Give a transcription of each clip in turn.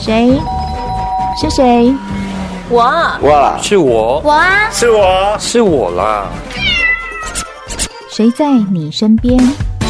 谁？是谁？ 我是我啊， 是我啦。 谁在你身边？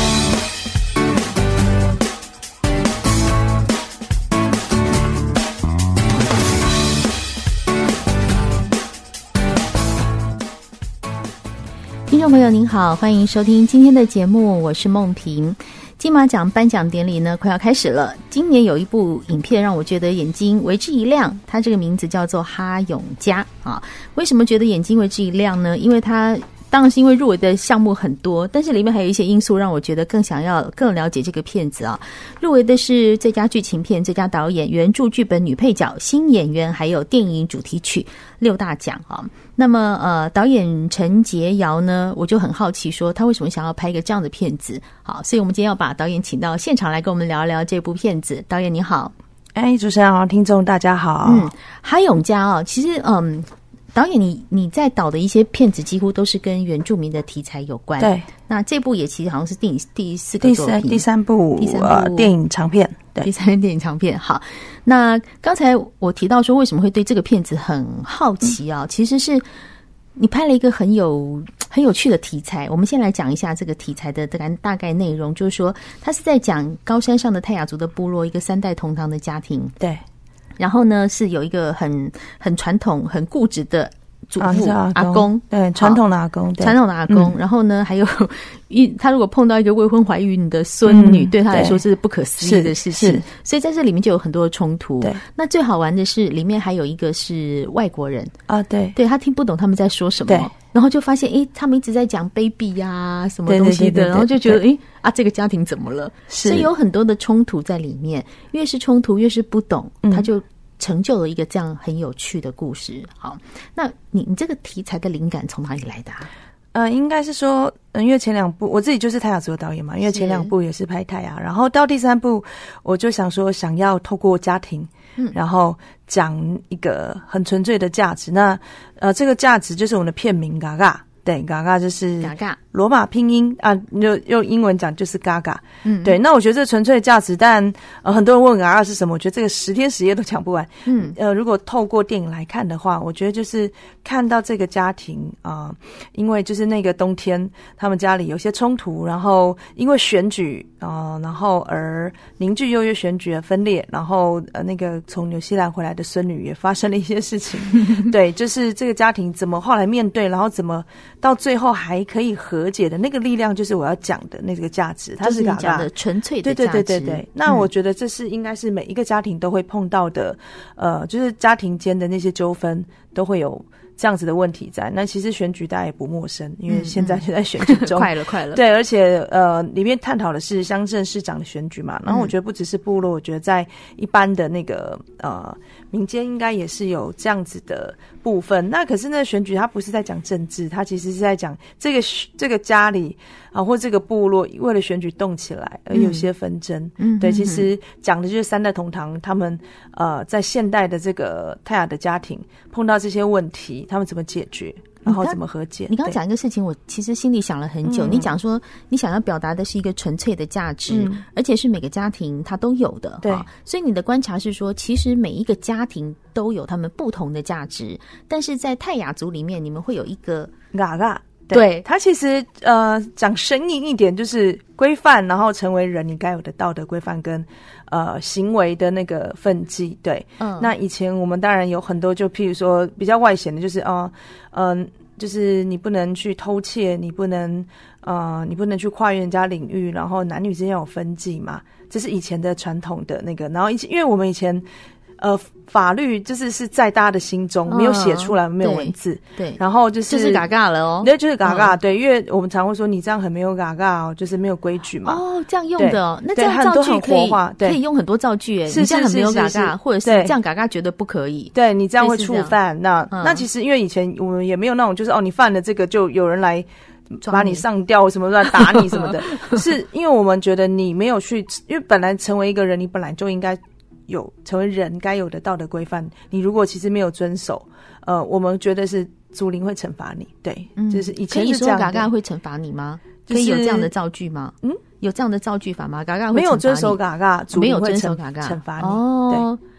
听众朋友您好，欢迎收听今天的节目，我是梦萍。金马奖颁奖典礼呢快要开始了，今年有一部影片让我觉得眼睛为之一亮，它这个名字叫做哈永家啊。为什么觉得眼睛为之一亮呢？因为它当然是因为入围的项目很多，但是里面还有一些因素让我觉得更想要更了解这个片子啊。入围的是最佳剧情片、最佳导演、原著剧本、女配角、新演员，还有电影主题曲6大奖啊。那么导演陈洁瑶呢，我就很好奇说他为什么想要拍一个这样的片子。好，所以我们今天要把导演请到现场来跟我们聊一聊这部片子。导演你好。 主持人好，听众大家好。 哈永家啊，其实导演你在导的一些片子几乎都是跟原住民的题材有关。 对，那这部也其实好像是第四个作品， 第三部电影长片。对， 第三部电影长片。好，那刚才我提到说为什么会对这个片子很好奇啊，其实是你拍了一个很有趣的题材。我们先来讲一下这个题材的大概内容，就是说它是在讲高山上的泰雅族的部落，一个3代同堂的家庭。对。然后呢，是有一个很传统、很固执的祖父阿公， 对，传统的阿公， 传统的阿公。然后呢，还有他如果碰到一个未婚怀孕的孙女，对他来说是不可思议的事情。所以在这里面就有很多的冲突。对，那最好玩的是里面还有一个是外国人啊，对，他听不懂他们在说什么。对。然后就发现他们一直在讲 baby 啊什么东西的，然后就觉得这个家庭怎么了？所以有很多的冲突在里面，越是冲突越是不懂，他就成就了一个这样很有趣的故事。好，那你这个题材的灵感从哪里来的应该是说因为前2部我自己就是泰雅族的导演嘛，因为前2部也是拍泰雅，然后到第3部我就想说想要透过家庭然后讲一个很纯粹的价值。那这个价值就是我们的片名嘎嘎。对，嘎嘎就是嘎嘎罗马拼音啊，用英文讲就是嘎嘎。对，那我觉得这纯粹的价值，但很多人问嘎嘎是什么，我觉得这个10天10夜都讲不完。如果透过电影来看的话，我觉得就是看到这个家庭因为就是那个冬天他们家里有些冲突，然后因为选举然后而凝聚，又因为选举而分裂，然后那个从纽西兰回来的孙女也发生了一些事情。对，就是这个家庭怎么后来面对，然后怎么到最后还可以和解的那个力量，就是我要讲的那个价值。它是你讲的纯粹的价值。 对。那我觉得这是应该是每一个家庭都会碰到的，就是家庭间的那些纠纷都会有这样子的问题在。那其实选举大家也不陌生，因为现在就在选举中。快了。对，而且里面探讨的是乡镇市长的选举嘛。然后我觉得不只是部落，我觉得在一般的那个民间应该也是有这样子的部分。那可是那选举它不是在讲政治，它其实是在讲这个家里或这个部落为了选举动起来而有些纷争。对，其实讲的就是3代同堂他们在现代的这个泰雅的家庭碰到这些问题，他们怎么解决，然后怎么和解。 你刚刚讲一个事情，我其实心里想了很久。你讲说你想要表达的是一个纯粹的价值，而且是每个家庭它都有的。对，所以你的观察是说，其实每一个家庭都有他们不同的价值，但是在泰雅族里面，你们会有一个嘎嘎。对，他其实讲生硬一点，就是规范，然后成为人你该有的道德规范跟行为的那个分际。对，那以前我们当然有很多，就譬如说比较外显的，就是就是你不能去偷窃，你不能去跨越人家领域，然后男女之间有分际嘛，这是以前的传统的那个。然后因为我们以前法律就是在大家的心中没有写出来，没有文字。对，然后就是嘎嘎了哦。 对，就是嘎嘎。对，因为我们常会说你这样很没有嘎嘎哦，就是没有规矩嘛。 这样用的哦。那这样造句可以用很多造句你这样很没有嘎嘎，或者是这样嘎嘎觉得不可以。 对，你这样会触犯。那其实因为以前我们也没有那种就是你犯了这个就有人来把你上吊什么的，打你什么的。是因为我们觉得你没有去，因为本来成为一个人，你本来就应该有成为人该有的道德规范，你如果其实没有遵守，我们觉得是祖灵会惩罚你。对，就是以前是这样的。 可以说嘎嘎会惩罚你吗？可以有这样的造句吗？有这样的造句法吗？嘎嘎会惩罚你？ 没有遵守嘎嘎，祖灵会惩罚你。 哦，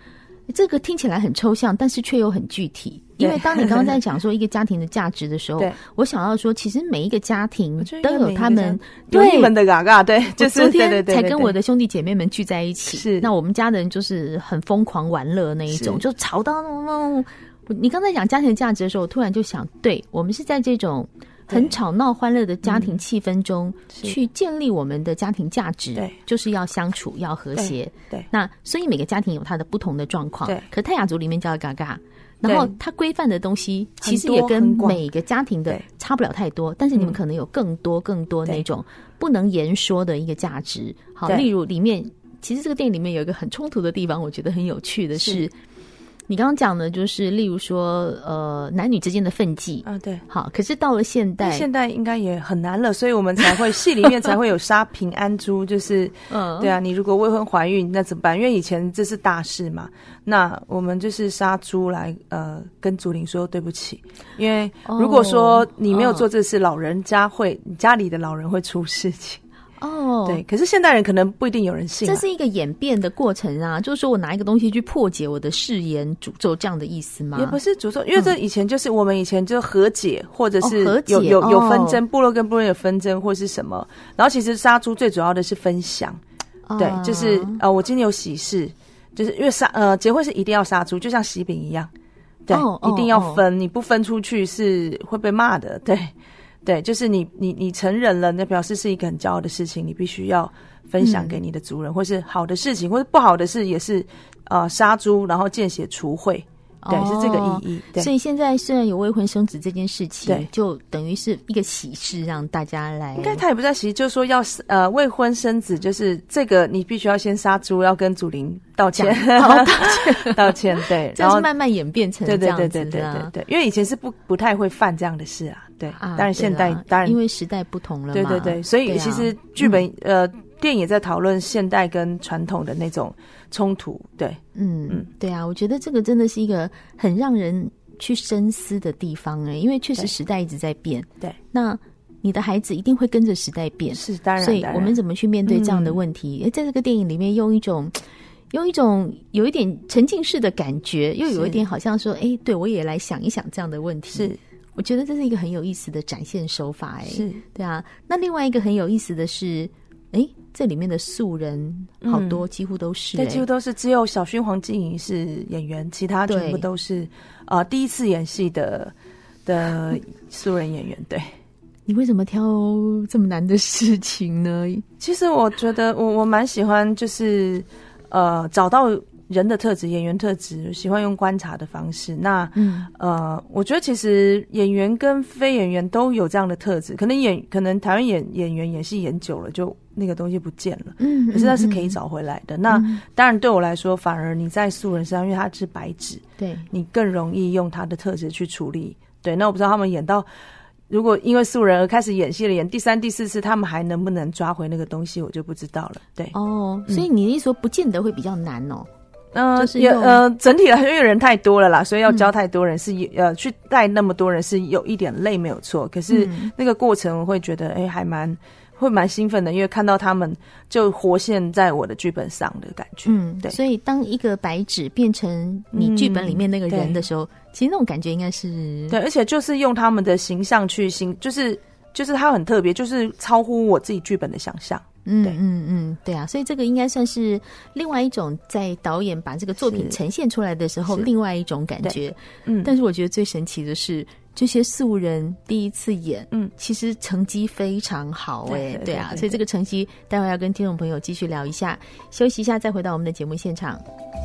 这个听起来很抽象，但是却又很具体。因为当你刚刚在讲说一个家庭的价值的时候，我想要说，其实每一个家庭都有他们有你们的嘎嘎，对，就是昨天才跟我的兄弟姐妹们聚在一起， 是那我们家的人就是很疯狂玩乐那一种，就吵到你刚才讲家庭的价值的时候，我突然就想，对，我们是在这种很吵闹欢乐的家庭气氛中去建立我们的家庭价值， 对， 就是要相处，要和谐。 对， 那所以每个家庭有它的不同的状况。 对， 可泰雅族里面叫嘎嘎，然后它规范的东西其实也跟每个家庭的差不了太多，但是你们可能有更多那种不能言说的一个价值。好，例如里面其实这个电影里面有一个很冲突的地方，我觉得很有趣的是你刚刚讲的就是例如说男女之间的分际啊，对， 好，可是到了现代应该也很难了，所以我们才会戏里面才会有杀平安猪，就是对啊，你如果未婚怀孕那怎么办？因为以前这是大事嘛，那我们就是杀猪来跟祖灵说对不起，因为如果说你没有做这事，老人家家里的老人会出事情。对，可是现代人可能不一定有人信， 这是一个演变的过程啊，就是说我拿一个东西去破解我的誓言诅咒这样的意思吗？ 也不是诅咒，因为这以前就是我们以前就和解，或者是有纷争，部落跟部落有纷争或是什么，然后其实杀猪最主要的是分享，对，就是我今天有喜事，就是因为结婚是一定要杀猪，就像喜饼一样，对，一定要分，你不分出去是会被骂的，对，就是你承认了，那表示是一个很骄傲的事情，你必须要分享给你的族人，或是好的事情，或是不好的事也是杀猪，然后见血除秽，对，是这个意义。对， 所以现在虽然有未婚生子这件事情，对，就等于是一个喜事，让大家来。 应该他也不在喜，就是说要未婚生子，就是这个你必须要先杀猪，要跟祖灵道歉，道歉，对， 然后慢慢演变成这样子的。 对，因为以前是不太会犯这样的事啊。对，当然现代当然因为时代不同了嘛。 对，所以其实剧本电影也在讨论现代跟传统的那种冲突。对， 对啊，我觉得这个真的是一个很让人去深思的地方因为确实时代一直在变。对，那你的孩子一定会跟着时代变， 是当然。 所以我们怎么去面对这样的问题？在这个电影里面用一种有一点沉浸式的感觉，又有一点好像说，对我也来想一想这样的问题。是。我觉得这是一个很有意思的展现手法是，对啊。那另外一个很有意思的是，这里面的素人好多，几乎都是， 对，几乎都是，只有小薰黄静怡是演员，其他全部都是第一次演戏的素人演员。对， 你为什么挑这么难的事情呢？ 其实我觉得我蛮喜欢，就是找到人的特质，演员特质，喜欢用观察的方式。那我觉得其实演员跟非演员都有这样的特质，可能台湾演员演戏演久了，就那个东西不见了，可是那是可以找回来的。那当然对我来说，反而你在素人身上，因为他是白纸，对，你更容易用他的特质去处理。对，那我不知道他们演到，如果因为素人而开始演戏了，演第3、第4次，他们还能不能抓回那个东西，我就不知道了。对， 所以你的意思说不见得会比较难哦。 整体来说，因为人太多了啦，所以要教太多人是去带那么多人是有一点累，没有错。可是那个过程我会觉得会蛮兴奋的，因为看到他们就活现在我的剧本上的感觉。对。所以当一个白纸变成你剧本里面那个人的时候，其实那种感觉应该是对，而且就是用他们的形象去就是他很特别，就是超乎我自己剧本的想象。 对啊，所以这个应该算是另外一种在导演把这个作品呈现出来的时候另外一种感觉。但是我觉得最神奇的是这些素人第一次演，其实成绩非常好对啊，所以这个成绩待会要跟听众朋友继续聊一下，休息一下再回到我们的节目现场。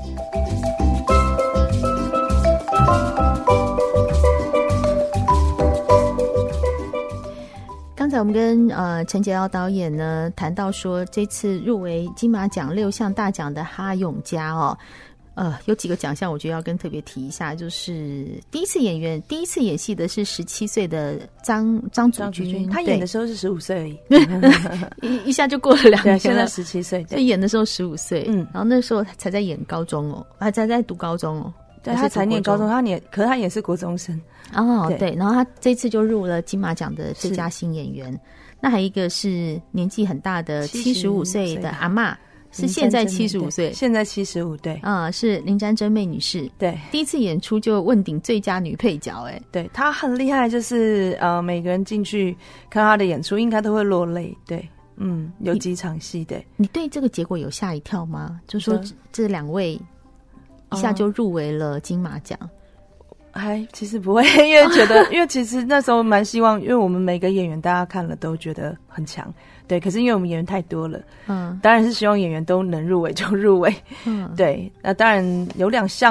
刚才我们跟陈洁瑶导演呢谈到说，这次入围金马奖6项大奖的哈永嘉有几个奖项我觉得要跟特别提一下，就是第一次演戏的是17岁的张祖君， 他演的时候是15岁而已一下就过了2年了， 现在17岁， 所以演的时候15岁，然后那时候才在演高中还在读高中对，他才念高中，可是他也是国中生对，然后他这次就入了金马奖的最佳新演员。那还有一个是年纪很大的75岁的阿嬷， 是现在75岁， 现在75，对， 是林詹真妹女士， 对， 第一次演出就问鼎最佳女配角， 对，她很厉害，就是每个人进去看她的演出，应该都会落泪，对，有几场戏，对。 你对这个结果有吓一跳吗？就说这2位一下就入围了金马奖。 其实不会，因为觉得，因为其实那时候蛮希望，因为我们每个演员大家看了都觉得很强，对。可是因为我们演员太多了，当然是希望演员都能入围就入围，对。那当然有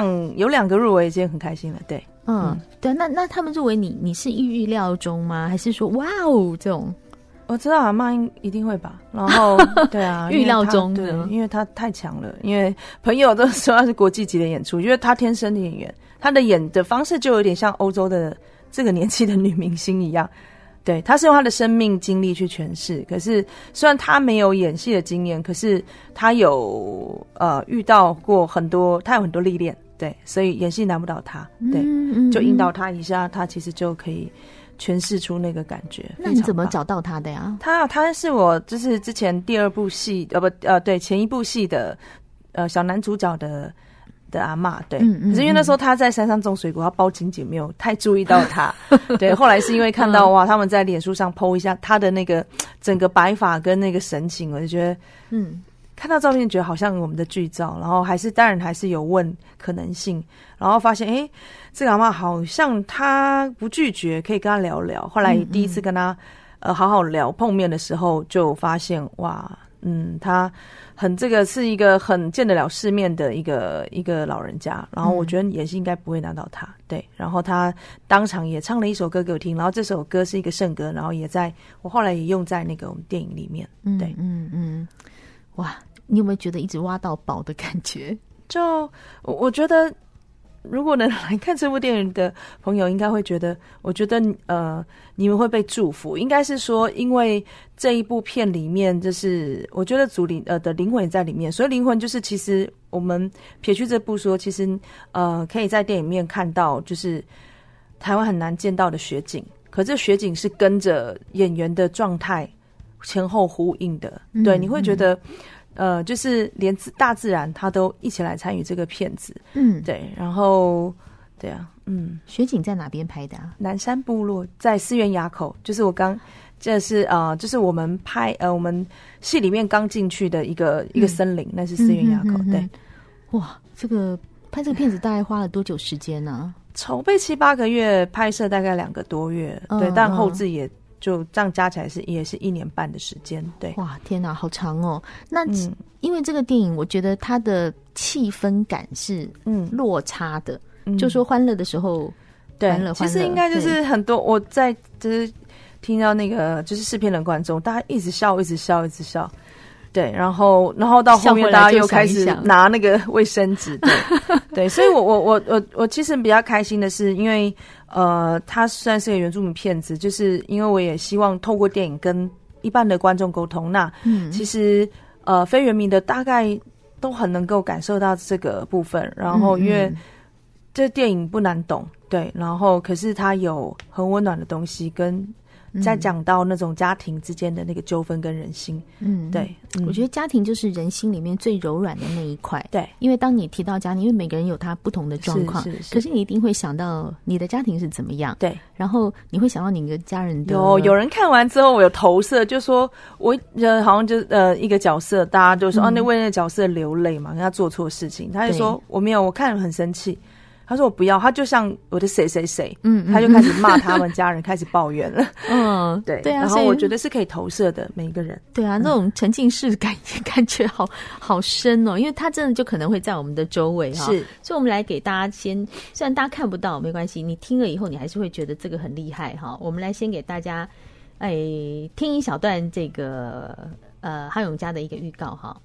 2个入围已经很开心了，对， 对。那他们入围你是预料中吗？还是说哇哦这种？ 我知道阿嬷一定会吧，然后对啊， 预料中， 对，因为他太强了，因为朋友都说他是国际级的演出，因为他天生的演员，他的演的方式就有点像欧洲的这个年纪的女明星一样，对，他是用他的生命经历去诠释，可是虽然他没有演戏的经验，可是他有遇到过很多，他有很多历练，对，所以演戏难不倒他，对，就引导他一下，他其实就可以诠释出那个感觉。 那你怎么找到他的呀？ 他是我就是之前第2部戏对前1部戏的小男主角的阿嬷，对，可是因为那时候他在山上种水果，他包紧紧，没有太注意到他。对，后来是因为看到哇，他们在脸书上 po 一下他的那个整个白发跟那个神情，我就觉得看到照片觉得好像我们的剧照，然后当然还是有问可能性，然后发现这个阿嬷好像他不拒绝，可以跟他聊聊。后来第一次跟他好好聊碰面的时候，就发现哇，他这个是一个很见得了世面的一个老人家，然后我觉得演戏应该不会难倒他，对。然后他当场也唱了一首歌给我听，然后这首歌是一个圣歌，然后我后来也用在那个我们电影里面，对， 哇，你有没有觉得一直挖到宝的感觉？ 就我觉得，如果能来看这部电影的朋友，应该会觉得，我觉得你们会被祝福。应该是说，因为这一部片里面，就是我觉得的灵魂也在里面。所以灵魂就是，其实我们撇去这部说，其实可以在电影里面看到，就是台湾很难见到的雪景。可这雪景是跟着演员的状态前后呼应的，对，你会觉得。就是连大自然它都一起来参与这个片子，对，然后对啊， 雪景在哪边拍的啊？ 南山部落在思源垭口，就是这是就是我们我们戏里面刚进去的一个森林，那是思源垭口，对。 哇，这个拍这个片子大概花了多久时间呢？ 筹备7、8个月，拍摄大概2个多月，对，但后制也。就这样加起来也是1年半的时间，对。哇， 天哪，好长哦！那因为这个电影，我觉得它的气氛感是落差的，就说欢乐的时候， 对， 欢乐。 其实应该就是很多我在就是听到那个就是试片的观众，大家一直笑，一直笑，一直笑。对，然后到后面大家又开始拿那个卫生纸，对对，所以我其实比较开心的是，因为它虽然是个原住民片子，就是因为我也希望透过电影跟一般的观众沟通，那其实非原民的大概都很能够感受到这个部分，然后因为这电影不难懂，对，然后可是它有很温暖的东西跟。在讲到那种家庭之间的那个纠纷跟人心，对， 我觉得家庭就是人心里面最柔软的那一块， 对， 因为当你提到家庭，因为每个人有他不同的状况，可是你一定会想到你的家庭是怎么样， 对， 然后你会想到你的家人的。 有人看完之后，我有投射，就说我好像就一个角色，大家就说那为那个角色流泪嘛，跟他做错事情，他就说我没有，我看了很生气。他说我不要，他就像我的谁谁谁，他就开始骂他们家人，开始抱怨了。对对啊，然后我觉得是可以投射的每一个人。 对啊，那种沉浸式感觉好深哦，因为他真的就可能会在我们的周围哈。是，所以我们来给大家虽然大家看不到没关系，你听了以后你还是会觉得这个很厉害哈。我们来先给大家听一小段这个哈永家的一个预告哈。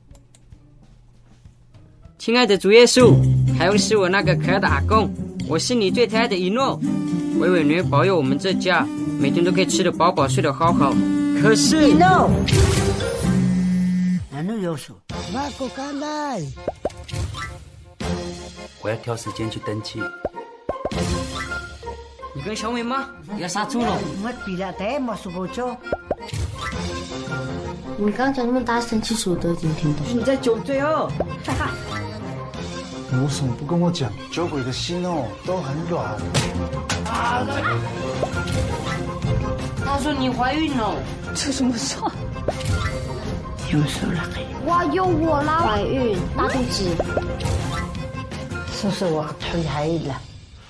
亲爱的主耶稣，还有是我那个可爱的阿公，我是你最疼爱的一诺。维维女保佑我们这家每天都可以吃得饱饱，睡得好好。可是，一诺， 哪能有数？马哥刚来， 我要挑时间去登记。 你跟小美吗？要杀猪了？ 我比了太没说过叫。 你们刚刚讲那么大声，其实我都已经听懂了。 你在酒醉哦。 你为什么不跟我讲？酒鬼的心哦都很软。 他说你怀孕了。 这什么说？ 有手了。 哇，有我啦！怀孕，大肚子。 是不是我推孩了？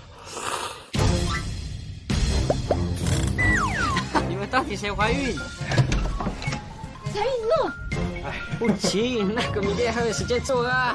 你们到底谁怀孕？ 才孕了。 哎，不急，那个明天还有时间做啊。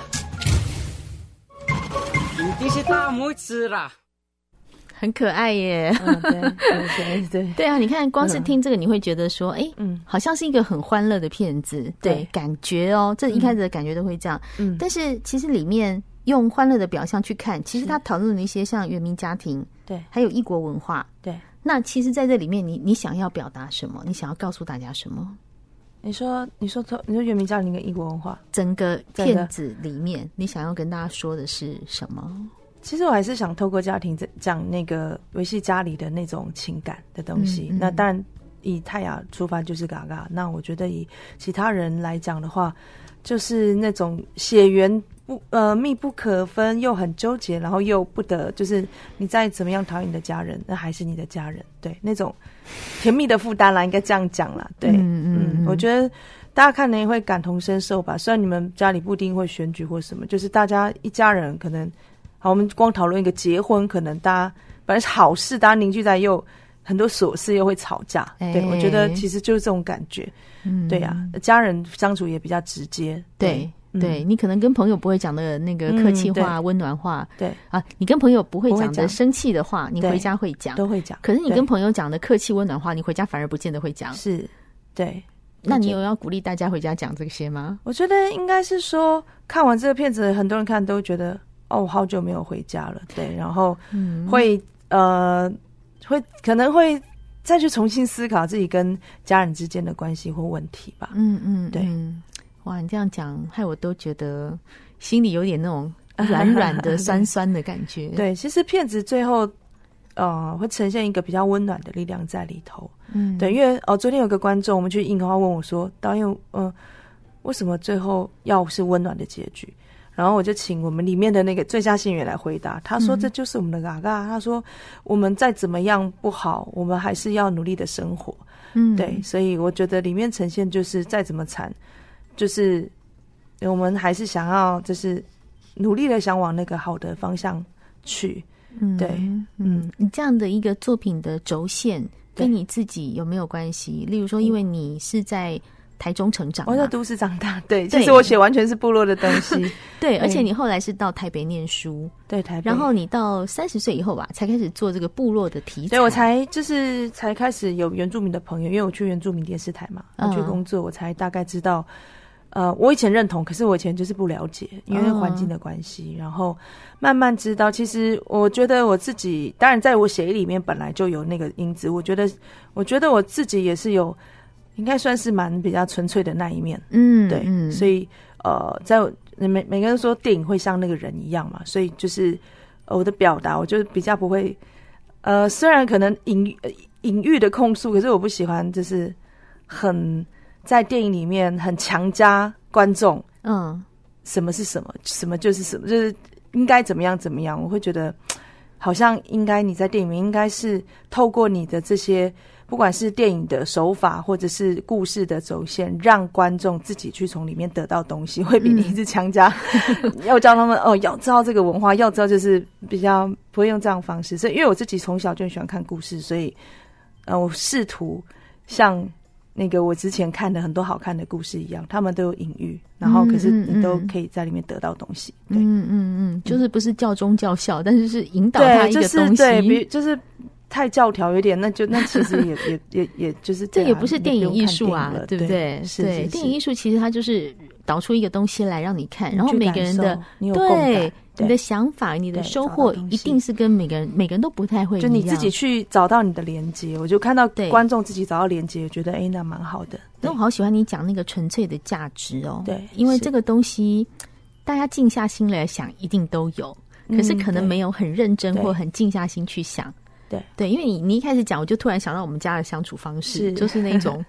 一定是大拇指啦。 很可爱耶。对啊，你看光是听这个你会觉得说好像是一个很欢乐的片子。对，感觉这一开始的感觉都会这样。但是其实里面用欢乐的表象去看，其实他讨论了一些像原民家庭，对，还有异国文化。对，那其实在这里面你想要表达什么？你想要告诉大家什么？ 你说原民家庭跟异国文化， 整个片子里面你想要跟大家说的是什么？ 其实我还是想透过家庭讲那个维系家里的那种情感的东西。那当然以泰雅出发就是嘎嘎，那我觉得以其他人来讲的话，就是那种血缘密不可分，又很纠结，然后又不得，就是你再怎么样讨厌你的家人，那还是你的家人。对，那种甜蜜的负担啦，应该这样讲啦。对，我觉得大家看了也会感同身受吧。虽然你们家里不一定会选举或什么，就是大家一家人可能。好，我们光讨论一个结婚，可能大家本来是好事，大家凝聚在又很多琐事又会吵架。对，我觉得其实就是这种感觉。对啊，家人相处也比较直接。对，你可能跟朋友不会讲的那个客气话、温暖话。对啊，你跟朋友不会讲的生气的话，你回家会讲，都会讲。可是你跟朋友讲的客气温暖话，你回家反而不见得会讲。是，对。那你有要鼓励大家回家讲这些吗？我觉得应该是说，看完这个片子，很多人看都觉得。我好久没有回家了，对，然后会可能会再去重新思考自己跟家人之间的关系或问题吧。对，哇，你这样讲，害我都觉得心里有点那种软软的、酸酸的感觉。对，其实片子最后会呈现一个比较温暖的力量在里头。对，因为昨天有个观众，我们去映画问我说，导演，为什么最后要是温暖的结局？然后我就请我们里面的那个最佳新演员来回答，他说这就是我们的嘎嘎，他说我们再怎么样不好，我们还是要努力的生活。对，所以我觉得里面呈现就是再怎么惨，就是我们还是想要就是努力的想往那个好的方向去。对，你这样的一个作品的轴线跟你自己有没有关系？例如说，因为你是在台中成长，我在都市长大。对，其实我写完全是部落的东西。对，而且你后来是到台北念书，对，台北，然后你到30岁以后吧，才开始做这个部落的题材。对，我才开始有原住民的朋友，因为我去原住民电视台嘛，我去工作，我才大概知道。我以前认同，可是我以前就是不了解，因为环境的关系，然后慢慢知道。其实我觉得我自己，当然在我血液里面本来就有那个因子。我觉得我自己也是有。应该算是比较纯粹的那一面。对，所以在每个人说电影会像那个人一样嘛，所以就是我的表达，我就比较不会虽然可能隐喻的控诉，可是我不喜欢就是很在电影里面很强加观众什么是什么，什么就是什么，就是应该怎么样怎么样。我会觉得好像应该你在电影里面应该是透过你的这些。不管是电影的手法或者是故事的走线，让观众自己去从里面得到东西，会比你一直强加要教他们要知道这个文化，要知道就是比较不会用这样的方式。所以因为我自己从小就很喜欢看故事，所以我试图像那个我之前看的很多好看的故事一样，他们都有隐喻，然后可是你都可以在里面得到东西。对，就是不是教中教校，但是是引导他一个东西。对，就是太教条有点，那其实也就是这也不是电影艺术啊，对不对？对，电影艺术其实它就是导出一个东西来让你看，然后每个人的对你的想法、你的收获一定是跟每个人都不太会一样，就你自己去找到你的连接。我就看到观众自己找到连接，觉得那蛮好的。那我好喜欢你讲那个纯粹的价值哦，对，因为这个东西大家静下心来想一定都有，可是可能没有很认真或很静下心去想。对，因为你一开始讲，我就突然想到我们家的相处方式，就是那种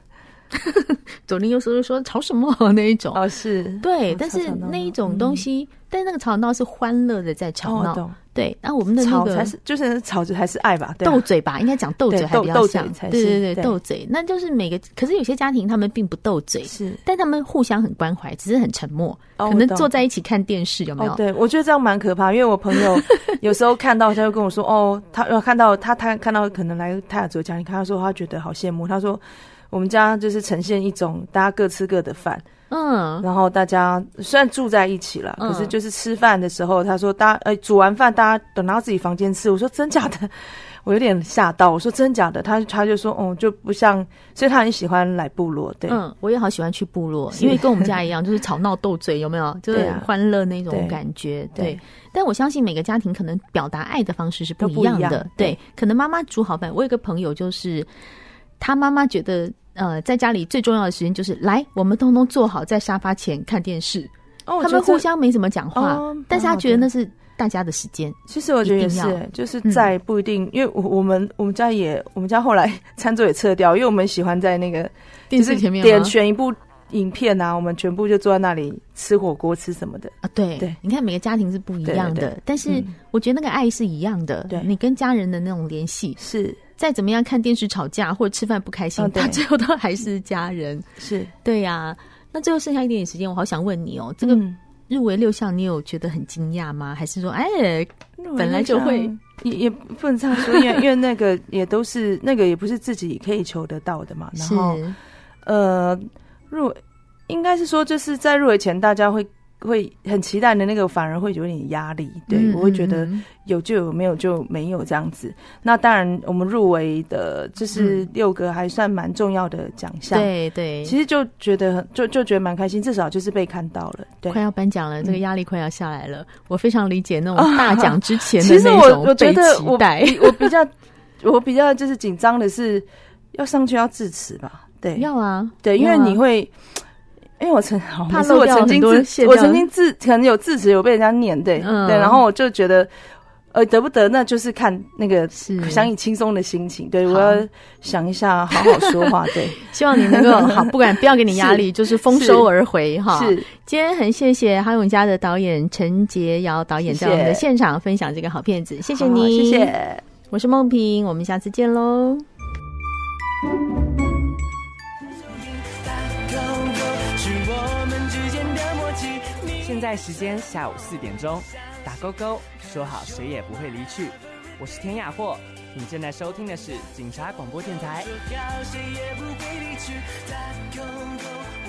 左邻右舍就说吵什么那一种。 哦，是对，但是那一种东西，但是那个吵闹是欢乐的在吵闹。对，那我们的那个吵才是，就是吵着还是爱吧，对斗嘴吧，应该讲斗嘴还比较像，对，斗嘴。那就是可是有些家庭他们并不斗嘴，是，但他们互相很关怀，只是很沉默，可能坐在一起看电视，有没有？ 对，我觉得这样蛮可怕，因为我朋友有时候看到，他就跟我说，哦，他看到可能来泰雅族家庭，他说他觉得好羡慕，他说我们家就是呈现一种大家各吃各的饭。然后大家虽然住在一起了，可是就是吃饭的时候，他说大家煮完饭大家等到自己房间吃。我说真假的，我有点吓到。我说真假的，他就说就不像，所以他很喜欢来部落。对， 我也好喜欢去部落，因为跟我们家一样，就是吵闹斗嘴，有没有？就是很欢乐那种感觉。对，但我相信每个家庭可能表达爱的方式是不一样的。对，可能妈妈煮好饭，我有个朋友就是他妈妈觉得。在家里最重要的时间就是来，我们通通坐好在沙发前看电视。他们互相没怎么讲话，但是他觉得那是大家的时间。 其实我觉得也是，就是在不一定，因为我们家后来餐桌也撤掉，因为我们喜欢在那个电视前面点选一部影片啊，我们全部就坐在那里吃火锅吃什么的啊。对，你看每个家庭是不一样的，但是我觉得那个爱是一样的。对，你跟家人的那种联系是。 再怎么样看电视吵架或者吃饭不开心，他最后都还是家人。是，对呀。那最后剩下一点点时间，我好想问你哦，这个入围6项，你有觉得很惊讶吗？还是说，本来就会也不能这样说，因为那个也都是那个也不是自己可以求得到的嘛。然后应该是说，就是在入围前，大家会很期待的那个，反而会有点压力。对，我会觉得有就有，没有就没有这样子。那当然，我们入围的就是6个还算蛮重要的奖项。对，其实就觉得就觉得蛮开心，至少就是被看到了。对， 快要颁奖了，这个压力快要下来了。我非常理解那种大奖之前的那种被期待。其实我觉得我比较就是紧张的是要上去要致辞吧。对， 要啊， 对，因为你会。因为我曾经可能有字词有被人家念，对，然后我就觉得，得不得那就是看那个想以轻松的心情，对，我要想一下，好好说话，对， 希望你能够好，不要给你压力，就是丰收而回哈。是，今天很谢谢好永家的导演陈洁瑶导演在我们的现场分享这个好片子，谢谢你， 谢谢， 我是梦萍，我们下次见喽。 现在时间下午4点钟，打勾勾，说好谁也不会离去。我是田雅霍，你正在收听的是警察广播电台。说好谁也不会离去，打勾勾。